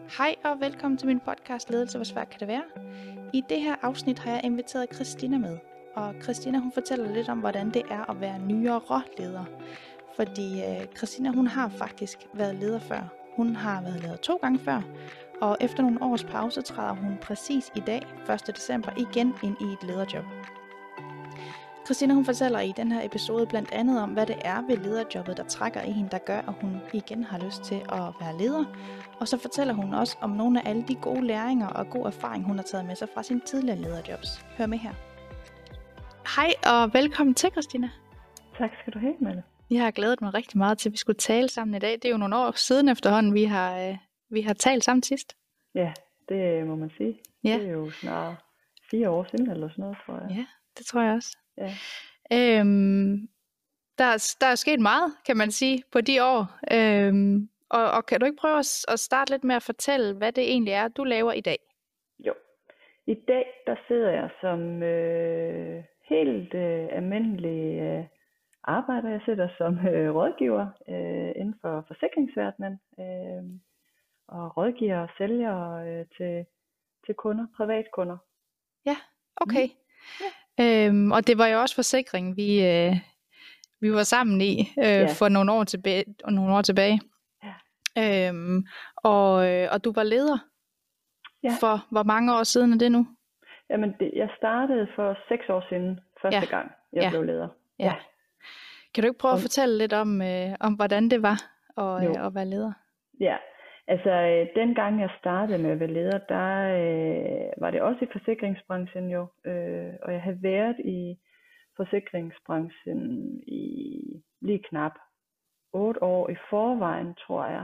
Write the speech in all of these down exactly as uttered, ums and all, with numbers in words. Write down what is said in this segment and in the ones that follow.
Hej og velkommen til min podcast Ledelse, hvor svært kan det være? I det her afsnit har jeg inviteret Christina med. Og Christina hun fortæller lidt om, hvordan det er at være nyere leder. Fordi øh, Christina hun har faktisk været leder før. Hun har været leder to gange før. Og efter nogle års pause træder hun præcis i dag, første december, igen ind i et lederjob. Christina hun fortæller i den her episode blandt andet om, hvad det er ved lederjobbet, der trækker i hende, der gør, at hun igen har lyst til at være leder. Og så fortæller hun også om nogle af alle de gode læringer og god erfaring, hun har taget med sig fra sine tidligere lederjobs. Hør med her. Hej og velkommen til, Christina. Tak skal du have, Mette. Jeg har glædet mig rigtig meget til, at vi skulle tale sammen i dag. Det er jo nogle år siden efterhånden, vi har, øh, vi har talt sammen sidst. Ja, det må man sige. Ja. Det er jo snart fire år siden eller sådan noget, tror jeg. Ja, det tror jeg også. Ja. Øhm, der, er, der er sket meget, kan man sige, på de år. Øhm, og, og kan du ikke prøve at, at starte lidt med at fortælle, hvad det egentlig er, du laver i dag? Jo. I dag, der sidder jeg som øh, helt øh, almindelig øh, arbejder. Jeg sidder som øh, rådgiver øh, inden for forsikringsverdenen. Øh, og rådgiver og sælger øh, til, til kunder, privatkunder. Ja, okay. Mm. Ja. Øhm, og det var jo også forsikring, vi, øh, vi var sammen i øh, ja. for nogle år tilbage. Nogle år tilbage. Ja. Øhm, og, øh, og du var leder ja. for hvor mange år siden er det nu? Jamen, det, jeg startede for seks år siden, første ja. gang jeg ja. blev leder. Ja. ja. Kan du ikke prøve om, at fortælle lidt om, øh, om hvordan det var at, øh, at være leder? Ja, altså øh, dengang jeg startede med at være leder, der øh, var det også i forsikringsbranchen jo, øh, og jeg havde været i forsikringsbranchen i lige knap otte år i forvejen, tror jeg.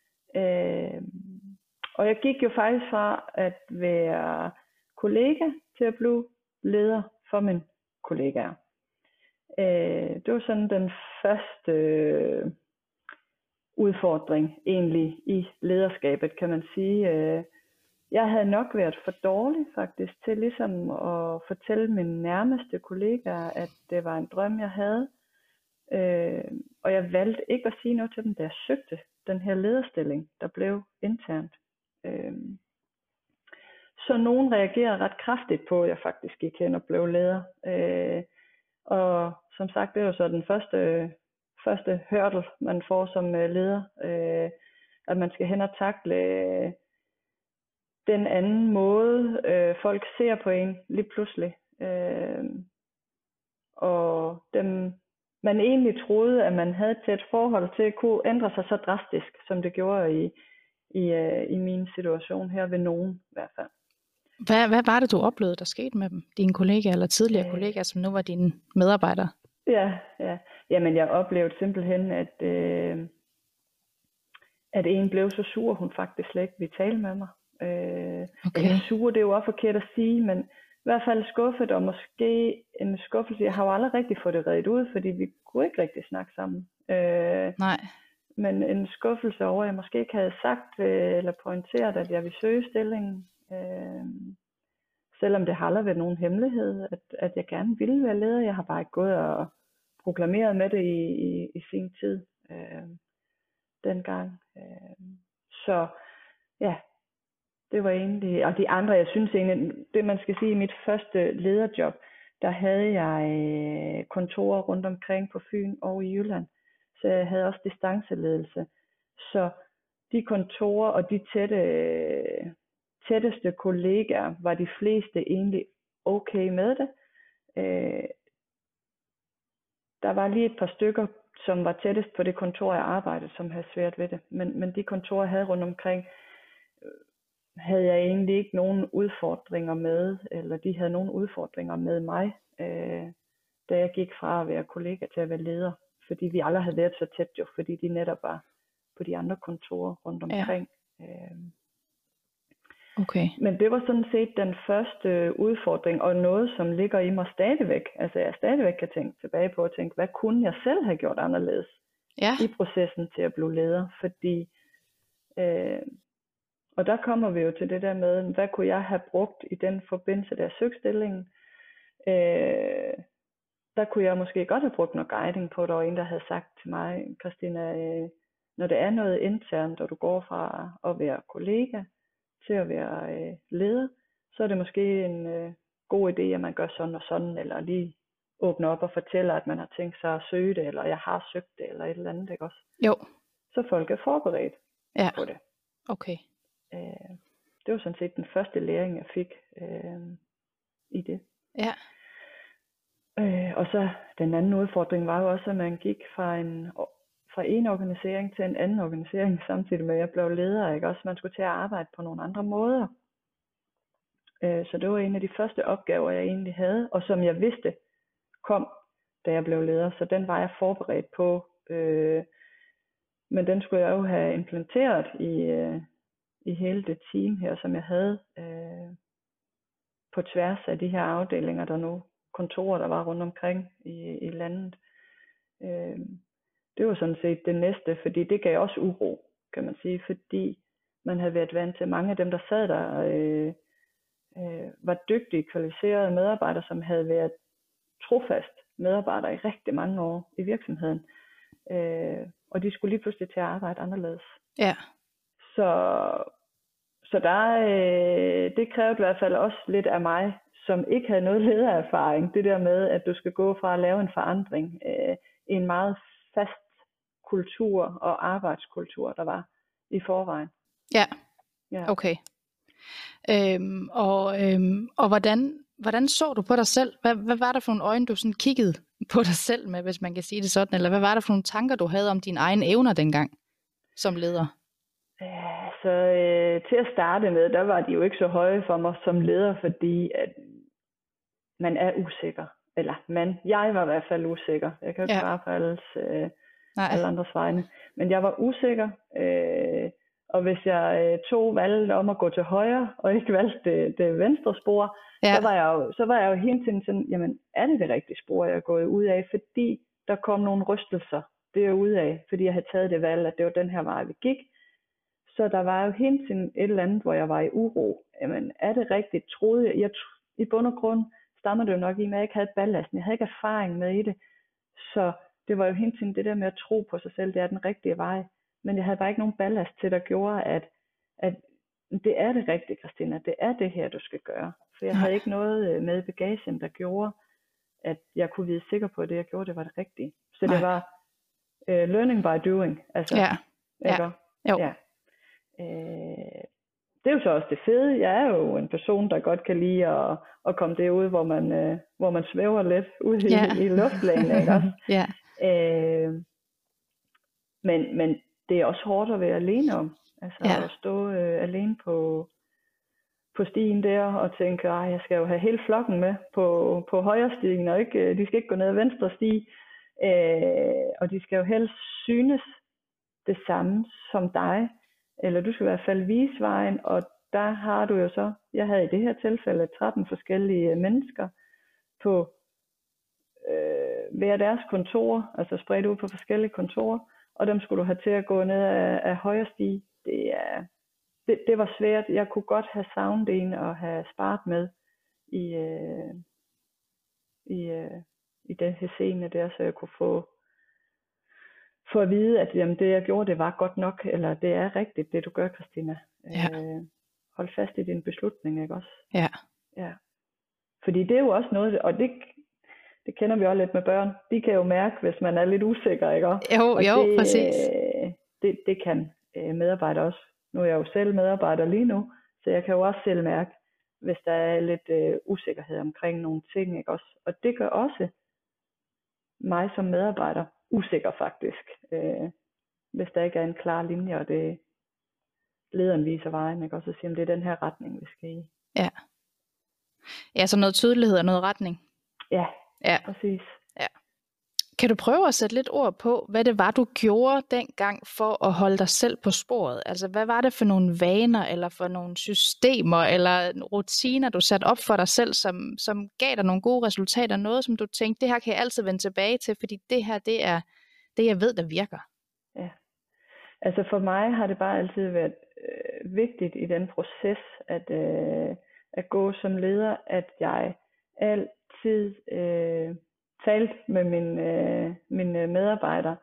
Øh, og jeg gik jo faktisk fra at være kollega til at blive leder for mine kollegaer. Øh, det var sådan den første øh, udfordring egentlig i lederskabet, kan man sige. Øh, jeg havde nok været for dårlig faktisk til ligesom at fortælle mine nærmeste kollegaer, at det var en drøm, jeg havde. Øh, og jeg valgte ikke at sige noget til dem, da jeg søgte den her lederstilling, der blev internt. Øh, så nogen reagerede ret kraftigt på, at jeg faktisk gik hen og blev leder. Øh, og som sagt, det er jo så den første, første hurdle, man får som leder, øh, at man skal hen og takle øh, den anden måde, øh, folk ser på en lige pludselig. Øh, og dem, man egentlig troede, at man havde til et forhold til, kunne ændre sig så drastisk, som det gjorde i, i, øh, i min situation her ved nogen i hvert fald. Hvad, hvad var det, du oplevede, der skete med dem? Dine kollegaer eller tidligere øh, kollegaer, som nu var dine medarbejdere? Ja, ja. Jamen, jeg oplevede simpelthen, at, øh, at en blev så sur, hun faktisk slet ikke ville tale med mig. Øh, okay. Jeg sur, det er jo også forkert at sige, men i hvert fald skuffet, og måske en skuffelse. Jeg har jo aldrig rigtig fået det redet ud, fordi vi kunne ikke rigtig snakke sammen. Øh, Nej. Men en skuffelse over, at jeg måske ikke havde sagt øh, eller pointeret, at jeg ville søge stillingen. Øh, selvom det har aldrig været nogen hemmelighed, at, at jeg gerne ville være leder. Jeg har bare ikke gået og proklameret med det i, i, i sin tid øh, dengang. Øh, så ja, det var egentlig, og de andre, jeg synes egentlig, det man skal sige, i mit første lederjob, der havde jeg kontorer rundt omkring på Fyn og i Jylland. Så jeg havde også distanceledelse. Så de kontorer og de tætte, tætteste kollegaer, var de fleste egentlig okay med det. Øh, der var lige et par stykker, som var tættest på det kontor, jeg arbejdede, som havde svært ved det. Men, men de kontorer, jeg havde rundt omkring, havde jeg egentlig ikke nogen udfordringer med, eller de havde nogen udfordringer med mig, øh, da jeg gik fra at være kollega til at være leder. Fordi vi aldrig havde været så tæt jo, fordi de netop var på de andre kontorer rundt omkring. Ja. Øh. Okay. Men det var sådan set den første udfordring, og noget, som ligger i mig stadigvæk. Altså jeg stadigvæk kan tænke tilbage på og tænke, hvad kunne jeg selv have gjort anderledes ja. i processen til at blive leder? Fordi, øh, og der kommer vi jo til det der med, hvad kunne jeg have brugt i den forbindelse, der søgte stillingen? Øh, der kunne jeg måske godt have brugt noget guiding på, der var en, der havde sagt til mig, Christina, øh, når det er noget internt, og du går fra at være kollega til at være øh, leder, så er det måske en øh, god idé, at man gør sådan og sådan, eller lige åbner op og fortæller, at man har tænkt sig at søge det, eller jeg har søgt det, eller et eller andet, ikke også? Jo. Så folk er forberedt Ja. på det. Okay. Øh, det var sådan set den første læring, jeg fik øh, i det. Ja. Øh, og så den anden udfordring var jo også, at man gik fra en, fra en organisering til en anden organisering, samtidig med at jeg blev leder, ikke også? Man skulle til at arbejde på nogle andre måder. Øh, så det var en af de første opgaver, jeg egentlig havde, og som jeg vidste kom, da jeg blev leder. Så den var jeg forberedt på. Øh, men den skulle jeg jo have implementeret i, øh, i hele det team her, som jeg havde øh, på tværs af de her afdelinger, der nu kontorer, der var rundt omkring i, i landet. Øh, det var sådan set det næste, fordi det gav også uro, kan man sige, fordi man havde været vant til mange af dem, der sad der, øh, øh, var dygtige, kvalificerede medarbejdere, som havde været trofast medarbejdere i rigtig mange år i virksomheden. Øh, og de skulle lige pludselig til at arbejde anderledes. Ja. Så, så der, øh, det krævede i hvert fald også lidt af mig, som ikke havde noget ledererfaring. Det der med, at du skal gå fra at lave en forandring øh, i en meget fast kultur og arbejdskultur, der var i forvejen. Ja, Ja. okay. Øhm, og øhm, og hvordan, hvordan så du på dig selv? Hvad, hvad var der for nogle øjne, du sådan kiggede på dig selv med, hvis man kan sige det sådan? Eller hvad var der for nogle tanker, du havde om dine egne evner dengang som leder? Ja, så øh, til at starte med, der var de jo ikke så høje for mig som leder, fordi at man er usikker. Eller man, jeg var i hvert fald usikker. Jeg kan jo ikke Ja. svare på alles, øh, Nej. alle andres vegne. Men jeg var usikker, øh, og hvis jeg øh, tog valget om at gå til højre, og ikke valgte det, det venstre spor, Ja. så var jeg jo, så var jeg jo hele tiden sådan, jamen er det det rigtige spor, jeg er gået ud af? Fordi der kom nogle rystelser derude af, fordi jeg havde taget det valg, at det var den her vej, vi gik. Så der var jo hele tiden et eller andet, hvor jeg var i uro. Jamen er det rigtigt? Troede jeg, jeg i bund og grund stammer det jo nok i, at jeg ikke havde ballasten. Jeg havde ikke erfaring med i det. Så det var jo hele tiden det der med at tro på sig selv, det er den rigtige vej. Men jeg havde bare ikke nogen ballast til, der gjorde, at, at det er det rigtige, Christina. Det er det her, du skal gøre. For jeg Nej. havde ikke noget med i bagagen, der gjorde, at jeg kunne vide sikker på, at det, jeg gjorde, det var det rigtige. Så Nej. det var uh, learning by doing. Altså, Ja. ikke? Ja. Jo. Ja. Øh, det er jo så også det fede. Jeg er jo en person, der godt kan lide at, at komme derud, hvor man, øh, hvor man svæver lidt ud i, Ja. i luftlagen, ikke også? Ja. Øh, men, men det er også hårdt at være alene om. Altså Ja. at stå øh, alene på, på stien der og tænke, at jeg skal jo have hele flokken med på, på højre stien, og ikke, de skal ikke gå ned ad venstre sti. Øh, og de skal jo helst synes det samme som dig. Eller du skal i hvert fald vise vejen, og der har du jo så, jeg havde i det her tilfælde tretten forskellige mennesker på øh, hver deres kontor, altså spredt ud på forskellige kontorer, og dem skulle du have til at gå ned af, af højre sti. Det, er, det, det var svært. Jeg kunne godt have savnet en og have sparet med i, øh, i, øh, i det her scene der, så jeg kunne få for at vide, at jamen, det jeg gjorde, det var godt nok, eller det er rigtigt, det du gør, Christina. Ja. Øh, hold fast i din beslutning, ikke også? Ja. Ja. Fordi det er jo også noget, og det, det kender vi også lidt med børn, de kan jo mærke, hvis man er lidt usikker, ikke også? Jo, Og jo, det, præcis. Øh, det, det kan øh, medarbejdere også. Nu er jeg jo selv medarbejder lige nu, så jeg kan jo også selv mærke, hvis der er lidt øh, usikkerhed omkring nogle ting, ikke også? Og det gør også mig som medarbejder usikker faktisk, øh, hvis der ikke er en klar linje, og det lederen viser vejen, ikke? Og så siger, det er den her retning, vi skal i. Ja. Ja, så noget tydelighed og noget retning. Ja, Ja. præcis. Ja. Kan du prøve at sætte lidt ord på, hvad det var, du gjorde dengang for at holde dig selv på sporet? Altså, hvad var det for nogle vaner, eller for nogle systemer, eller rutiner, du satte op for dig selv, som, som gav dig nogle gode resultater? Noget, som du tænkte, det her kan jeg altid vende tilbage til, fordi det her, det er det, jeg ved, der virker. Ja. Altså for mig har det bare altid været øh, vigtigt i den proces, at, øh, at gå som leder, at jeg altid øh, talte med mine, øh, mine medarbejdere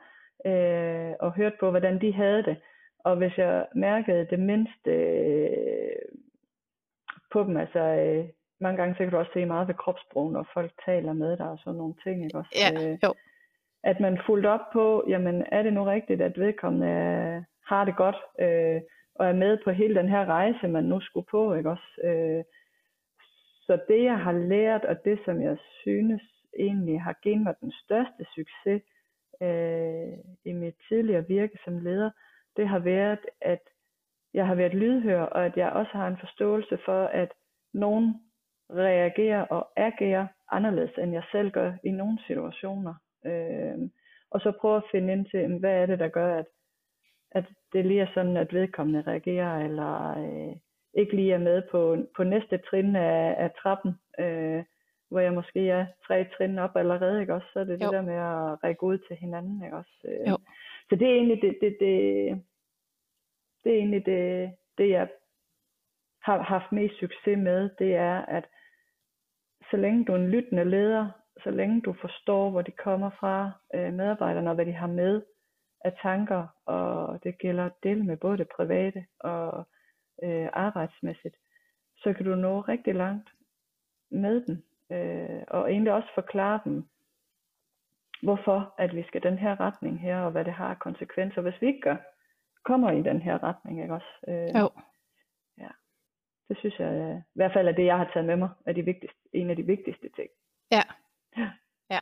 øh, og hørte på, hvordan de havde det. Og hvis jeg mærkede det mindste øh, på dem, altså øh, mange gange så kan du også se meget ved kropssprog, når folk taler med dig og sådan nogle ting, ikke også? Ja, Øh, jo. at man fulgte op på, jamen er det nu rigtigt, at vedkommende øh, har det godt, øh, og er med på hele den her rejse, man nu skulle på, ikke også? Øh, så det jeg har lært, og det som jeg synes egentlig har givet mig den største succes øh, i mit tidligere virke som leder, det har været, at jeg har været lydhør, og at jeg også har en forståelse for, at nogen reagerer og agerer anderledes, end jeg selv gør i nogle situationer. Øh, og så prøve at finde ind til, hvad er det, der gør, at, at det lige er sådan, at vedkommende reagerer, eller øh, ikke lige er med på, på næste trin af, af trappen, øh, hvor jeg måske er tre trin op allerede, ikke også? Så er det jo. Det der med at række ud til hinanden, ikke også? Øh, så det er egentlig det, det, det, det er egentlig det, det, jeg har haft mest succes med, det er, at så længe du er en lyttende leder, så længe du forstår, hvor de kommer fra, øh, medarbejderne, og hvad de har med af tanker, og det gælder del med både det private og øh, arbejdsmæssigt, så kan du nå rigtig langt med dem, øh, og egentlig også forklare dem, hvorfor at vi skal den her retning her, og hvad det har af konsekvenser, hvis vi ikke gør, kommer i den her retning, ikke også? Øh, jo. Ja. Det synes jeg, øh, i hvert fald er det, jeg har taget med mig, er de vigtigste, en af de vigtigste ting. Ja. Ja. ja.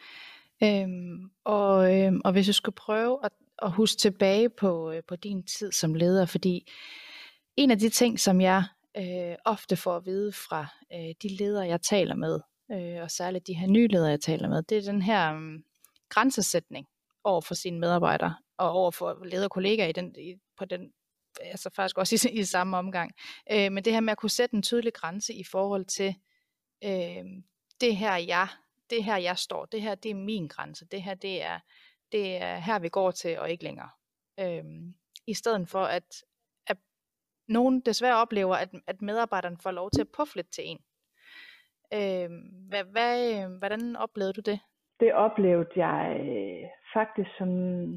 Øhm, og, øhm, og hvis du skulle prøve at, at huske tilbage på, øh, på din tid som leder, fordi en af de ting, som jeg øh, ofte får at vide fra øh, de ledere, jeg taler med, øh, og særligt de her nye ledere, jeg taler med, det er den her øh, grænsesætning over for sine medarbejdere, og over for lederkollegaer i den, i, på den, altså faktisk også i, i samme omgang. Øh, men det her med at kunne sætte en tydelig grænse i forhold til øh, det her jeg, det her jeg står, det her det er min grænse, det her det er, det er her vi går til og ikke længere. Øh, I stedet for at, at nogen desværre oplever, at, at medarbejderne får lov til at puffe lidt til en. Øh, hvad, hvad, hvordan oplevede du det? Det oplevede jeg øh, faktisk som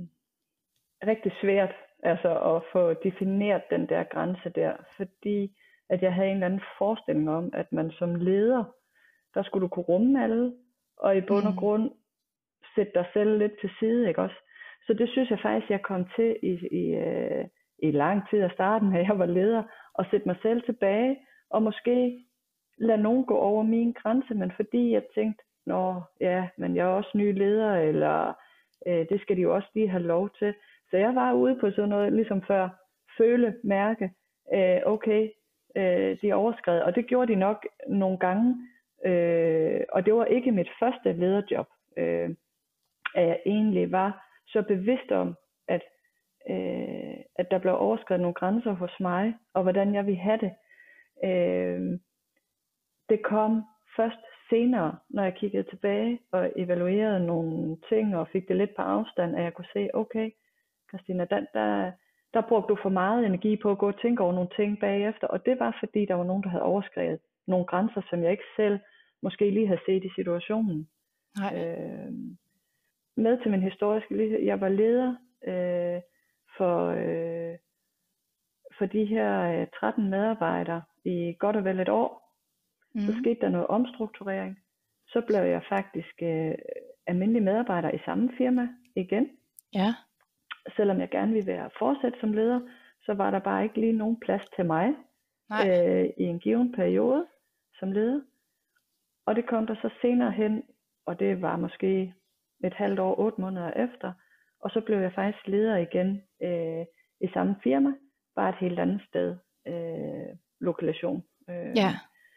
rigtig svært, altså at få defineret den der grænse der, fordi at jeg havde en eller anden forestilling om, at man som leder, der skulle du kunne rumme alle, og i bund og grund sætte dig selv lidt til side, ikke også? Så det synes jeg faktisk, jeg kom til i, i, øh, i lang tid af starten, når jeg var leder, at sætte mig selv tilbage, og måske lade nogen gå over min grænse, men fordi jeg tænkte, nå ja, men jeg er også ny leder, eller øh, det skal de jo også lige have lov til. Så jeg var ude på sådan noget, ligesom før, føle, mærke, øh, okay, øh, de er overskredet, og det gjorde de nok nogle gange, øh, og det var ikke mit første lederjob, øh, at jeg egentlig var så bevidst om, at, øh, at der blev overskredet nogle grænser hos mig, og hvordan jeg ville have det. Øh, det kom først senere, når jeg kiggede tilbage og evaluerede nogle ting og fik det lidt på afstand, at jeg kunne se, okay, Christina, der, der, der brugte du for meget energi på at gå og tænke over nogle ting bagefter, og det var fordi, der var nogen, der havde overskredet nogle grænser, som jeg ikke selv måske lige havde set i situationen. Øh, med til min historiske liv, jeg var leder øh, for, øh, for de her øh, tretten medarbejdere i godt og vel et år. Mm. Så skete der noget omstrukturering. Så blev jeg faktisk øh, almindelig medarbejder i samme firma igen. Ja. Selvom jeg gerne ville være fortsat som leder, så var der bare ikke lige nogen plads til mig øh, i en given periode som leder. Og det kom der så senere hen, og det var måske et halvt år, otte måneder efter. Og så blev jeg faktisk leder igen øh, i samme firma, bare et helt andet sted, øh, lokation. Øh, ja.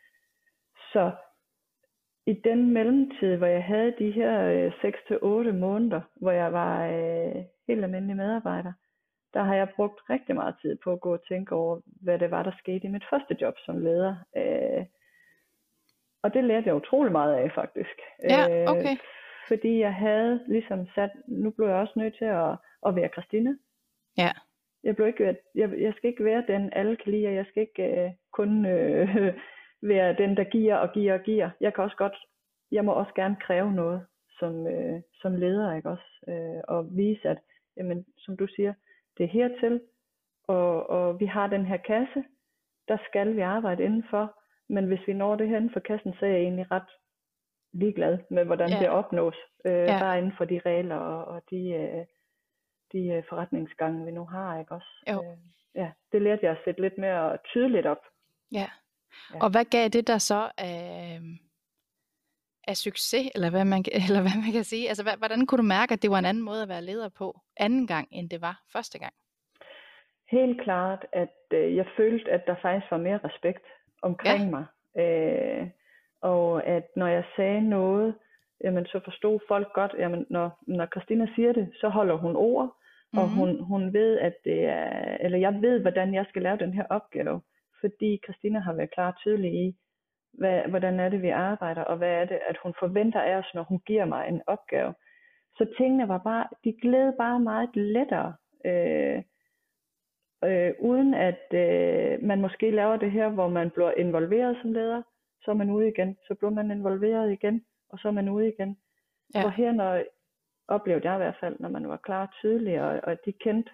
Så i den mellemtid, hvor jeg havde de her seks til otte måneder, hvor jeg var øh, helt almindelig medarbejder, der har jeg brugt rigtig meget tid på at gå og tænke over, hvad det var, der skete i mit første job som leder. Øh, og det lærte jeg utrolig meget af, faktisk. Ja, okay. Øh, fordi jeg havde ligesom sat, nu blev jeg også nødt til at, at være Christine. Ja. Jeg, blev ikke, jeg, jeg skal ikke være den, alle kan lide, jeg skal ikke øh, kun øh, være den, der giver og giver og giver. Jeg kan også godt, jeg må også gerne kræve noget som, øh, som leder, ikke også? Øh, og vise, at jamen som du siger, det er hertil, og, og vi har den her kasse, der skal vi arbejde indenfor, men hvis vi når det her inden for kassen, så er jeg egentlig ret ligeglad med, hvordan Ja. det opnås, øh, Ja. bare inden for de regler og, og de, øh, de øh, forretningsgange, vi nu har, ikke også? Jo. Øh, ja, det lærte jeg at sætte lidt mere tydeligt op. Ja. Ja. Og hvad gav det der så af, af succes, eller hvad, man, eller hvad man kan sige? Altså, hvad, hvordan kunne du mærke, at det var en anden måde at være leder på anden gang, end det var første gang? Helt klart, at øh, jeg følte, at der faktisk var mere respekt omkring Ja. mig. Øh, og at når jeg sagde noget, jamen, så forstod folk godt, jamen, når, når Christina siger det, så holder hun ord, mm-hmm. og hun, hun ved, at det er, eller jeg ved, hvordan jeg skal lave den her opgave, fordi Christina har været klar og tydelig i, hvad, hvordan er det, vi arbejder, og hvad er det, at hun forventer af os, når hun giver mig en opgave. Så tingene var bare, de gled bare meget lettere, øh, øh, uden at øh, man måske laver det her, hvor man bliver involveret som leder, så er man ude igen, så bliver man involveret igen, og så er man ude igen. Ja. For her, når oplevede jeg i hvert fald, når man var klar og tydelig, og, og de kendte,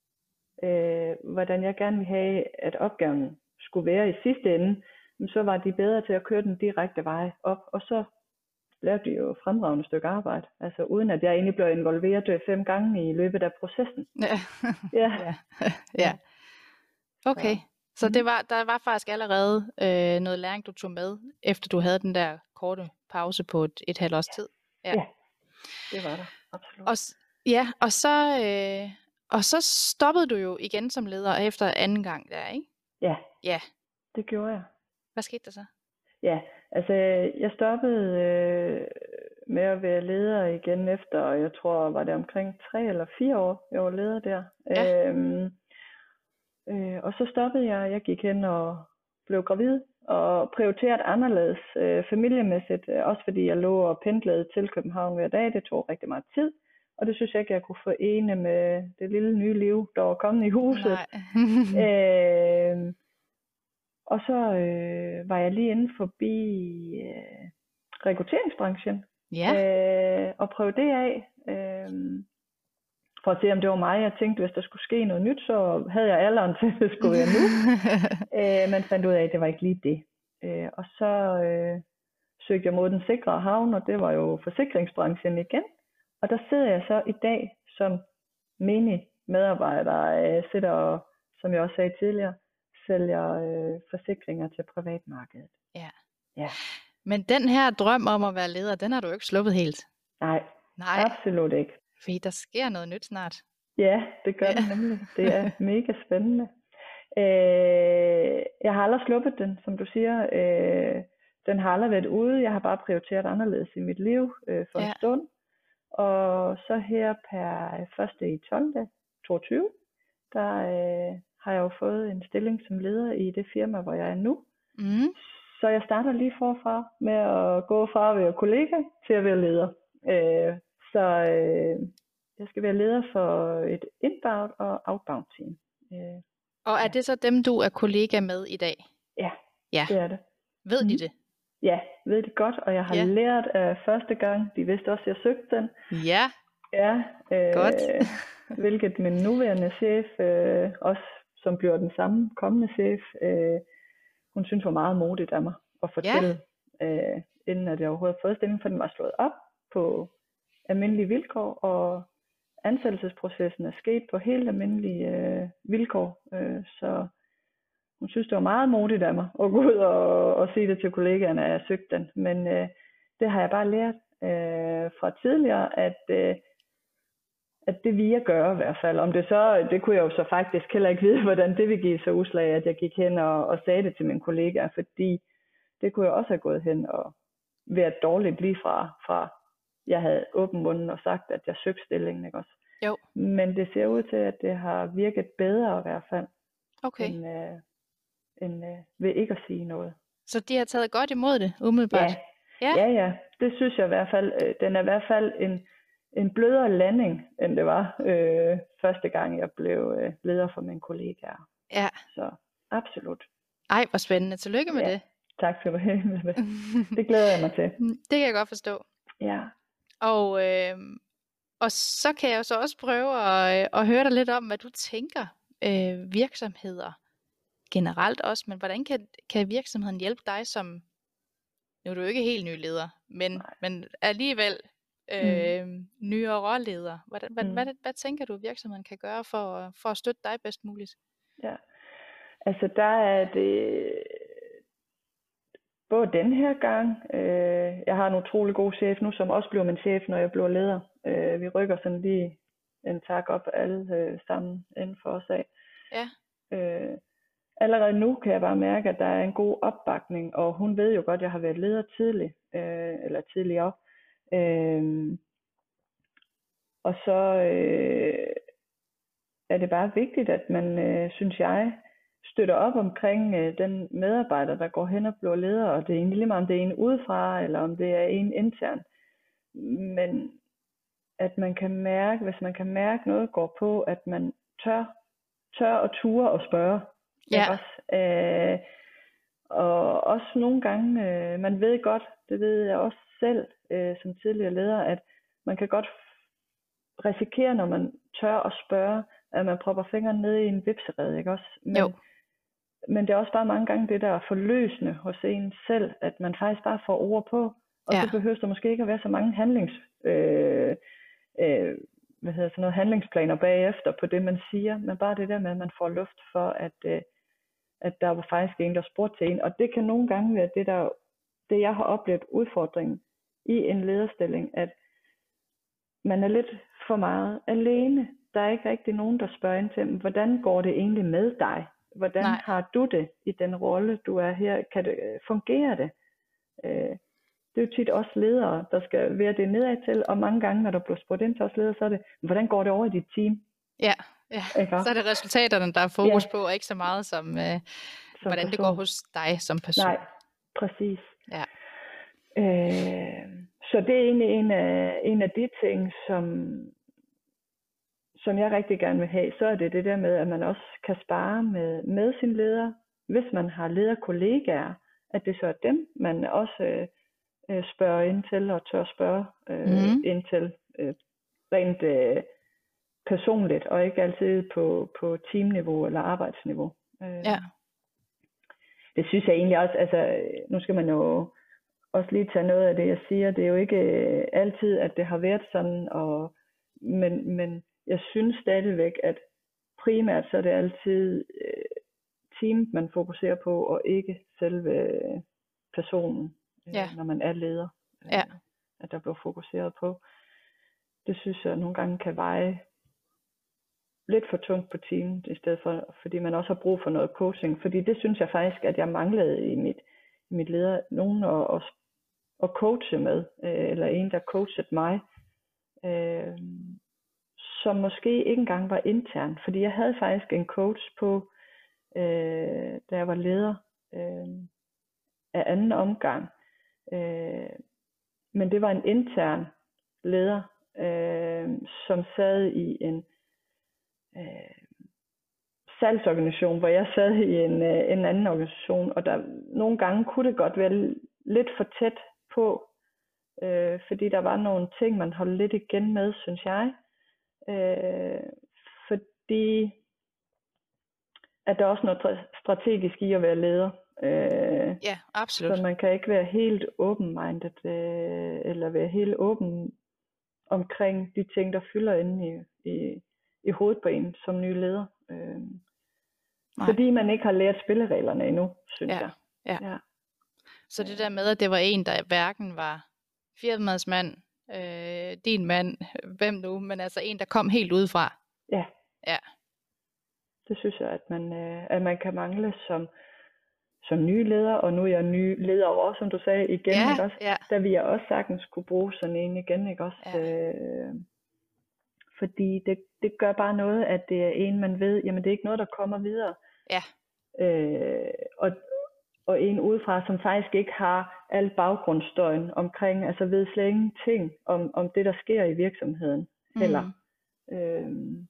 øh, hvordan jeg gerne ville have, at opgaven skulle være i sidste ende, så var de bedre til at køre den direkte vej op, og så lavede de jo fremragende stykke arbejde, altså uden at jeg egentlig blev involveret fem gange i løbet af processen. Ja. Ja. Ja. Ja. Okay, så det var, der var faktisk allerede øh, noget læring, du tog med, efter du havde den der korte pause på et, et halvt års tid. Ja. ja, det var der, absolut. Og, ja, og så, øh, og så stoppede du jo igen som leder efter anden gang der, ikke? Ja, Ja. det gjorde jeg. Hvad skete der så? Ja, altså jeg stoppede øh, med at være leder igen efter, jeg tror, var det omkring tre eller fire år, jeg var leder der. Ja. Øhm, øh, og så stoppede jeg, jeg gik hen og blev gravid, og prioriteret anderledes øh, familiemæssigt, øh, også fordi jeg lå og pendlede til København hver dag, det tog rigtig meget tid. Og det synes jeg ikke, jeg kunne forene med det lille nye liv, der var kommet i huset. øh, Og så øh, var jeg lige inde forbi øh, rekrutteringsbranchen, ja. øh, og prøvede det af, øh, for at se, om det var mig. Jeg tænkte, hvis der skulle ske noget nyt, så havde jeg alderen til, at det skulle være nu. øh, men fandt ud af, at det var ikke lige det. Øh, og så øh, søgte jeg mod den sikre havn, og det var jo forsikringsbranchen igen. Og der sidder jeg så i dag som menig medarbejder, øh, sidder og, som jeg også sagde tidligere, sælger øh, forsikringer til privatmarkedet. Ja. Ja. Men den her drøm om at være leder, den har du jo ikke sluppet helt. Nej, Nej. Absolut ikke. Fordi der sker noget nyt snart. Ja, det gør Ja. det nemlig. Det er mega spændende. Øh, jeg har aldrig sluppet den, som du siger. Øh, den har aldrig været ude. Jeg har bare prioriteret anderledes i mit liv øh, for Ja. en stund. Og så her per første i tolvte toogtyve, der øh, har jeg jo fået en stilling som leder i det firma, hvor jeg er nu. Mm. Så jeg starter lige forfra med at gå fra at være kollega til at være leder. Øh, så øh, jeg skal være leder for et inbound og outbound team. Øh, Og er det så dem, du er kollega med i dag? ja, Ja. det er det. Ved de Mhm. det? Ja, ved det godt, og jeg har Ja. lært af første gang. De vidste også, at jeg søgte den. Ja, Ja, øh, godt. hvilket min nuværende chef, øh, også som bliver den samme kommende chef, øh, hun synes var meget modigt af mig at fortælle, ja. øh, inden at jeg overhovedet havde fået stillingen, for den var slået op på almindelige vilkår, og ansættelsesprocessen er sket på helt almindelige øh, vilkår, øh, så hun synes, det var meget modigt af mig at gå ud og, og sige det til kollegaerne, at jeg søgte den, men øh, det har jeg bare lært øh, fra tidligere, at øh, at det vil jeg gøre i hvert fald. Om det så, det kunne jeg jo så faktisk heller ikke vide, hvordan det ville give sig udslag, at jeg gik hen og, og sagde det til mine kollegaer, fordi det kunne jeg også have gået hen og været dårligt lige fra, fra jeg havde åben munden og sagt, at jeg søgte stillingen, ikke også? Jo. Men det ser ud til, at det har virket bedre i hvert fald, Okay. end, øh, end øh, ved ikke at sige noget. Så de har taget godt imod det, umiddelbart? Ja, ja, ja. Det synes jeg i hvert fald. Øh, den er i hvert fald en en blødere landing, end det var øh, første gang, jeg blev øh, leder for mine kollegaer. Ja. Så absolut. Ej, hvor spændende. Tillykke med Ja. det. Tak skal du have. Det glæder jeg mig til. Det kan jeg godt forstå. Ja. Og, øh, Og så kan jeg jo så også prøve at, øh, at høre dig lidt om, hvad du tænker øh, virksomheder generelt også, men hvordan kan, kan virksomheden hjælpe dig som, nu er du jo ikke helt ny leder, men, men alligevel øh, mm. nyere råleder. Hvordan, hvad, mm. hvad, hvad, hvad tænker du, virksomheden kan gøre for, for at støtte dig bedst muligt? Ja, altså der er det både den her gang, øh, jeg har en utrolig god chef nu, som også bliver min chef, når jeg bliver leder. Øh, vi rykker sådan lige en tak op alle øh, sammen inden for os af. Ja. Øh, allerede nu kan jeg bare mærke, at der er en god opbakning, og hun ved jo godt, at jeg har været leder tidlig, øh, eller tidligere. Øh, og så øh, er det bare vigtigt, at man, øh, synes jeg, støtter op omkring øh, den medarbejder, der går hen og bliver leder, og det er egentlig lige meget, om det er en udefra, eller om det er en intern. Men at man kan mærke, hvis man kan mærke noget går på, at man tør, tør og ture og spørge. Ja. Også, øh, og også nogle gange, øh, man ved godt, det ved jeg også selv øh, som tidligere leder, at man kan godt risikere, når man tør at spørge, at man propper fingeren ned i en vipserede, ikke også? Men, jo. men det er også bare mange gange det, der er forløsende hos en selv, at man faktisk bare får ord på, og ja. Så behøver der måske ikke at være så mange handlings, øh, øh, hvad hedder sådan noget, handlingsplaner bagefter på det, man siger, men bare det der med, at man får luft for, at, øh, at der var faktisk en, der spurgte til en, og det kan nogle gange være det, der, det jeg har oplevet udfordringen i en lederstilling, at man er lidt for meget alene. Der er ikke rigtig nogen, der spørger ind til, hvordan går det egentlig med dig? Hvordan Nej. har du det i den rolle, du er her? Kan det fungere det? Øh, det er jo tit også ledere, der skal være det nedad til, og mange gange, når der bliver spurgt ind til os ledere, så er det, hvordan går det over i dit team? Ja, ja. Så er det resultaterne, der er fokus ja. på, og ikke så meget som, øh, som hvordan person. Det går hos dig som person. Nej, præcis. Ja. Øh, så det er egentlig en af, en af de ting, som, som jeg rigtig gerne vil have, så er det det der med, at man også kan spare med, med sin leder, hvis man har lederkollegaer, at det så er dem, man også øh, spørger ind til, og tør spørge øh, mm. ind til øh, rent øh, personligt, og ikke altid på, på teamniveau eller arbejdsniveau. Øh, ja. Det synes jeg egentlig også, altså nu skal man jo også lige tage noget af det, jeg siger. Det er jo ikke øh, altid, at det har været sådan, og, men, men jeg synes stadigvæk, at primært så er det altid øh, teamet, man fokuserer på, og ikke selve personen, øh, ja. når man er leder. Øh, ja. At der bliver fokuseret på. Det synes jeg nogle gange kan veje lidt for tungt på teamet, i stedet for, fordi man også har brug for noget coaching. Fordi det synes jeg faktisk, at jeg manglede i mit, i mit leder. Nogen at, at, at coache med, øh, eller en, der coachede mig, øh, som måske ikke engang var intern. Fordi jeg havde faktisk en coach på, øh, da jeg var leder øh, af anden omgang. Øh, men det var en intern leder, øh, som sad i en øh, salgsorganisation, hvor jeg sad i en, øh, en anden organisation, og der nogle gange kunne det godt være lidt for tæt på, øh, fordi der var nogle ting, man holdt lidt igen med, synes jeg. Øh, fordi at der er også noget strategisk i at være leder. Øh, ja, absolut. Så man kan ikke være helt open-minded, øh, eller være helt åben omkring de ting, der fylder inde i, i, i hovedet på en som ny leder. Øh, fordi man ikke har lært spillereglerne endnu, synes ja, jeg. Ja. Ja. Så det der med, at det var en, der hverken var firmadsmand, øh, din mand, hvem nu, men altså en, der kom helt udefra. Ja. Ja. Det synes jeg, at man, øh, at man kan mangle som, som nye leder, og nu er jeg ny leder over, som du sagde, igen, ja, ikke også? Ja. Der vil jeg også sagtens kunne bruge sådan en igen, ikke også? Ja. Øh, fordi det, det gør bare noget, at det er en, man ved, jamen det er ikke noget, der kommer videre. Ja. Øh, og, og en udefra, som faktisk ikke har al baggrundsstøjen omkring, altså ved slet ingenting om, om det, der sker i virksomheden. Mm. Eller, øh,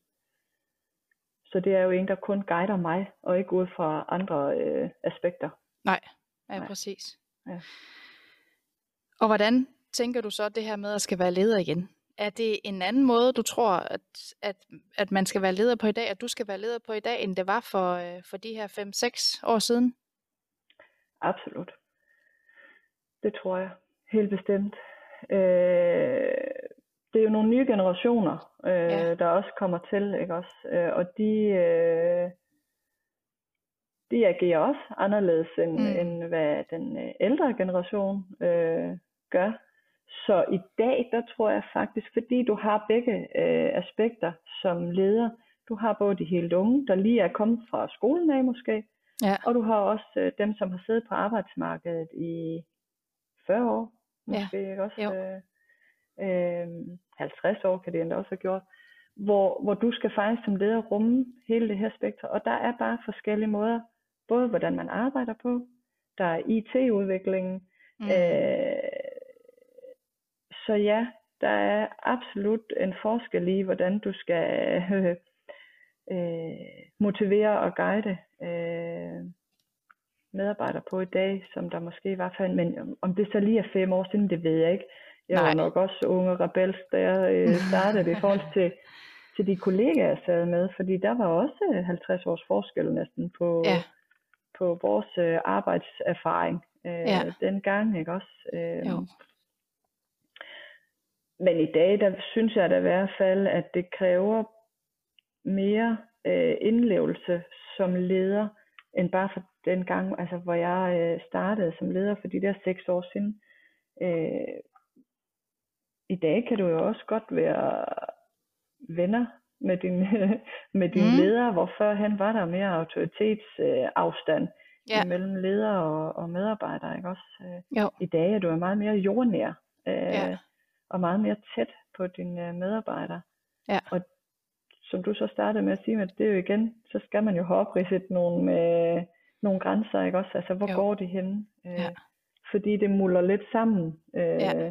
så det er jo en, der kun guider mig, og ikke ud fra andre øh, aspekter. Nej, ja, Nej. præcis. Ja. Og hvordan tænker du så det her med at skal være leder igen? er det en anden måde, du tror, at, at, at man skal være leder på i dag, at du skal være leder på i dag, end det var for, øh, for de her fem seks år siden? Absolut. Det tror jeg. Helt bestemt. Øh, det er jo nogle nye generationer, øh, Ja. der også kommer til, ikke også? Øh, og de, øh, de agerer også anderledes, end, Mm. end hvad den øh, ældre generation øh, gør. Så i dag, der tror jeg faktisk, fordi du har begge øh, aspekter som leder. Du har både de helt unge, der lige er kommet fra skolen af måske, Ja. og du har også øh, dem, som har siddet på arbejdsmarkedet i fyrre år, måske, Ja. ikke også? Jo. Øh, øh, halvtreds år kan det endda også have gjort. Hvor, hvor du skal faktisk som leder rumme hele det her spektrum, og der er bare forskellige måder, både hvordan man arbejder på, der er I T-udviklingen, Mm. øh, så ja, der er absolut en forskel i, hvordan du skal øh, øh, motivere og guide øh, medarbejdere på i dag, som der måske var før, men om det så lige er fem år siden, det ved jeg ikke. Jeg Nej. var nok også unge og rebelsk, da jeg øh, startede i forhold til, til de kollegaer, jeg sad med, fordi der var også halvtreds års forskel næsten på, Ja. på vores øh, arbejdserfaring øh, Ja. dengang, ikke også? Øh, Jo. Men i dag, der synes jeg da i hvert fald, at det kræver mere øh, indlevelse som leder, end bare for den gang, altså hvor jeg øh, startede som leder for de der seks år siden. Øh, I dag kan du jo også godt være venner med din, med din Mm. leder, hvor førhen var der mere autoritetsafstand Ja. mellem leder og, og medarbejdere, ikke også? Øh, Jo. I dag er du jo meget mere jordnær, øh, Ja. og meget mere tæt på dine medarbejdere. Ja. Og som du så startede med at sige, at det er jo igen, så skal man jo have opridset nogle, øh, nogle grænser, ikke også? Altså, hvor Jo. går det henne? Øh, Ja. Fordi det muller lidt sammen. Øh, Ja.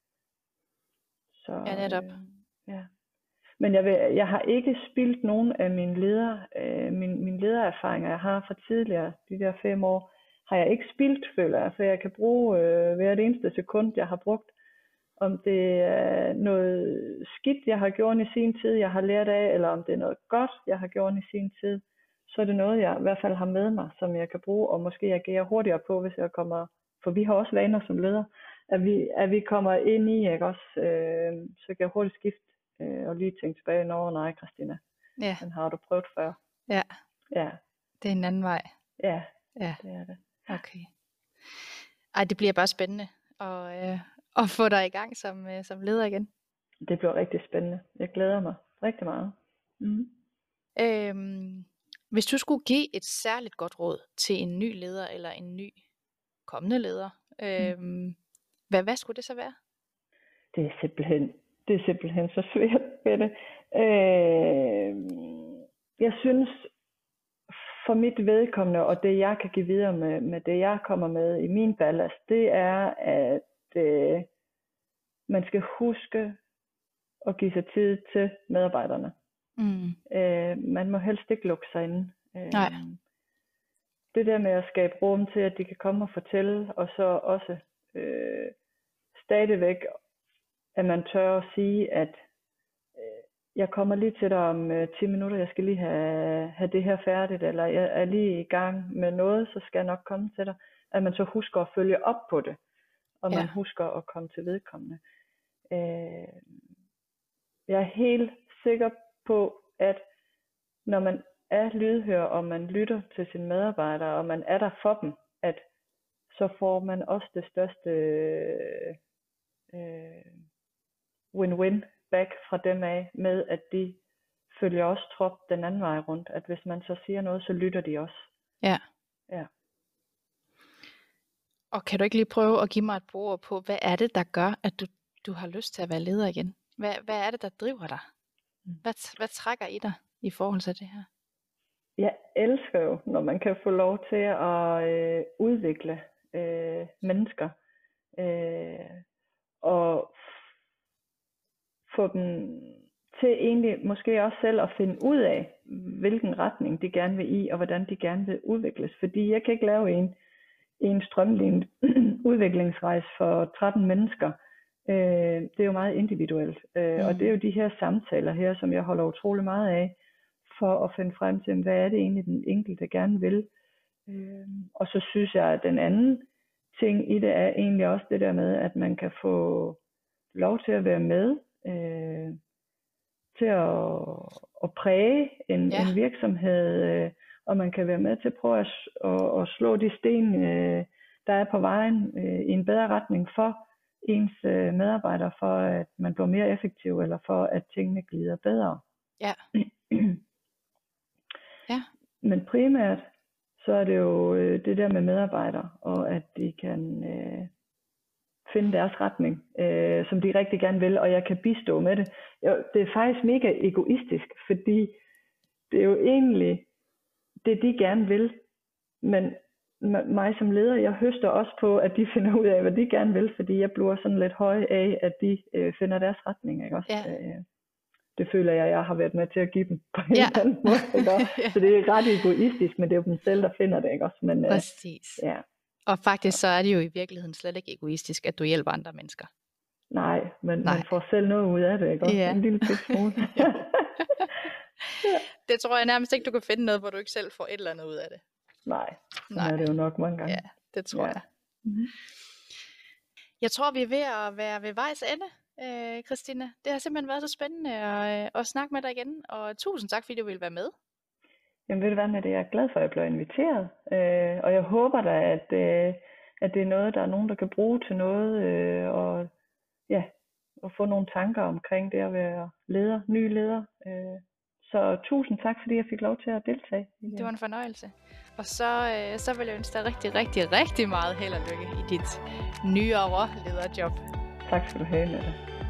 Så, Ja, netop. øh, ja. Men jeg, vil, jeg har ikke spildt nogen af mine leder, øh, min, mine ledererfaringer, jeg har fra tidligere, de der fem år, har jeg ikke spildt, føler jeg, for jeg kan bruge øh, hvert eneste sekund, jeg har brugt. Om det er noget skidt, jeg har gjort i sin tid, jeg har lært af, eller om det er noget godt, jeg har gjort i sin tid, så er det noget, jeg i hvert fald har med mig, som jeg kan bruge, og måske agere hurtigere på, hvis jeg kommer, for vi har også vaner som leder, at vi, at vi kommer ind i, ikke også, øh, så kan jeg hurtigt skifte, øh, og lige tænke tilbage, nå nej, Christina, Ja. den har du prøvet før. Ja. Ja, Det er en anden vej. ja, Ja. det er det. Okay. Ej, det bliver bare spændende at, øh, at få dig i gang som, øh, som leder igen. Det bliver rigtig spændende. Jeg glæder mig rigtig meget. Mm. Øhm, hvis du skulle give et særligt godt råd til en ny leder eller en ny kommende leder, øhm, mm. hvad, hvad skulle det så være? Det er simpelthen, det er simpelthen så svært ved det. Øh, jeg synes, for mit vedkommende, og det jeg kan give videre med, med det jeg kommer med i min ballast, det er, at øh, man skal huske at give sig tid til medarbejderne. Mm. Øh, man må helst ikke lukke sig inde. Øh, Nej. Det der med at skabe rum til, at de kan komme og fortælle, og så også øh, stadigvæk, at man tør at sige, at øh, jeg kommer lige til dig om øh, ti minutter, jeg skal lige have, have det her færdigt, eller jeg er lige i gang med noget, så skal jeg nok komme til dig. At man så husker at følge op på det, og Ja. man husker at komme til vedkommende. Øh, jeg er helt sikker på, at når man er lydhør, og man lytter til sine medarbejdere, og man er der for dem, at så får man også det største øh, win-win back fra dem af, med at de følger også trop den anden vej rundt. At hvis man så siger noget, så lytter de også. Ja. Ja. Og kan du ikke lige prøve at give mig et par ord på, hvad er det, der gør, at du, du har lyst til at være leder igen? Hvad, hvad er det, der driver dig? Hvad, hvad trækker i dig i forhold til det her? Jeg elsker jo, når man kan få lov til at øh, udvikle øh, mennesker. Øh, og få dem til egentlig måske også selv at finde ud af, hvilken retning de gerne vil i, og hvordan de gerne vil udvikles. Fordi jeg kan ikke lave en, en strømlignet udviklingsrejse for tretten mennesker, Øh, det er jo meget individuelt, øh, Mm. og det er jo de her samtaler her, som jeg holder utrolig meget af, for at finde frem til, hvad er det egentlig, den enkelte gerne vil. Øh, og så synes jeg, at den anden ting i det er egentlig også det der med, at man kan få lov til at være med, øh, til at, at præge en, Ja. en virksomhed, øh, og man kan være med til at prøve at, at, at slå de sten, øh, der er på vejen øh, i en bedre retning for ens øh, medarbejdere, for at man bliver mere effektiv, eller for at tingene glider bedre. Ja. Ja. Men primært, så er det jo øh, det der med medarbejdere, og at de kan øh, finde deres retning, øh, som de rigtig gerne vil, og jeg kan bistå med det. Jo, det er faktisk mega egoistisk, fordi det er jo egentlig det, de gerne vil, men mig som leder, jeg høster også på, at de finder ud af, hvad de gerne vil, fordi jeg bliver sådan lidt høj af, at de øh, finder deres retning, ikke også? Ja. Øh, det føler jeg, jeg har været med til at give dem på en Ja. eller anden måde, ikke også? Ja. Så det er ret egoistisk, men det er jo dem selv, der finder det, ikke også? Men, øh, Præcis. ja. Og faktisk så er det jo i virkeligheden slet ikke egoistisk, at du hjælper andre mennesker. Nej, men Nej. man får selv noget ud af det, ikke også? Ja. En lille bit smule. Det tror jeg nærmest ikke, du kan finde noget, hvor du ikke selv får et eller andet ud af det. Nej, sådan Nej. er det jo nok mange gange. Ja, det tror Ja. jeg. Mhm. Jeg tror, vi er ved at være ved vejs ende, øh, Christina. Det har simpelthen været så spændende at, øh, at snakke med dig igen, og tusind tak, fordi du ville være med. Jamen ved du hvad med det, jeg er glad for, at jeg blev inviteret, øh, og jeg håber da, at, øh, at det er noget, der er nogen, der kan bruge til noget, øh, og ja, og få nogle tanker omkring det at være leder, ny leder. Øh, så tusind tak, fordi jeg fik lov til at deltage. Det var en fornøjelse. Og så, øh, så vil jeg ønske dig rigtig, rigtig, rigtig meget held og lykke i dit nyere lederjob. Tak skal du have med det.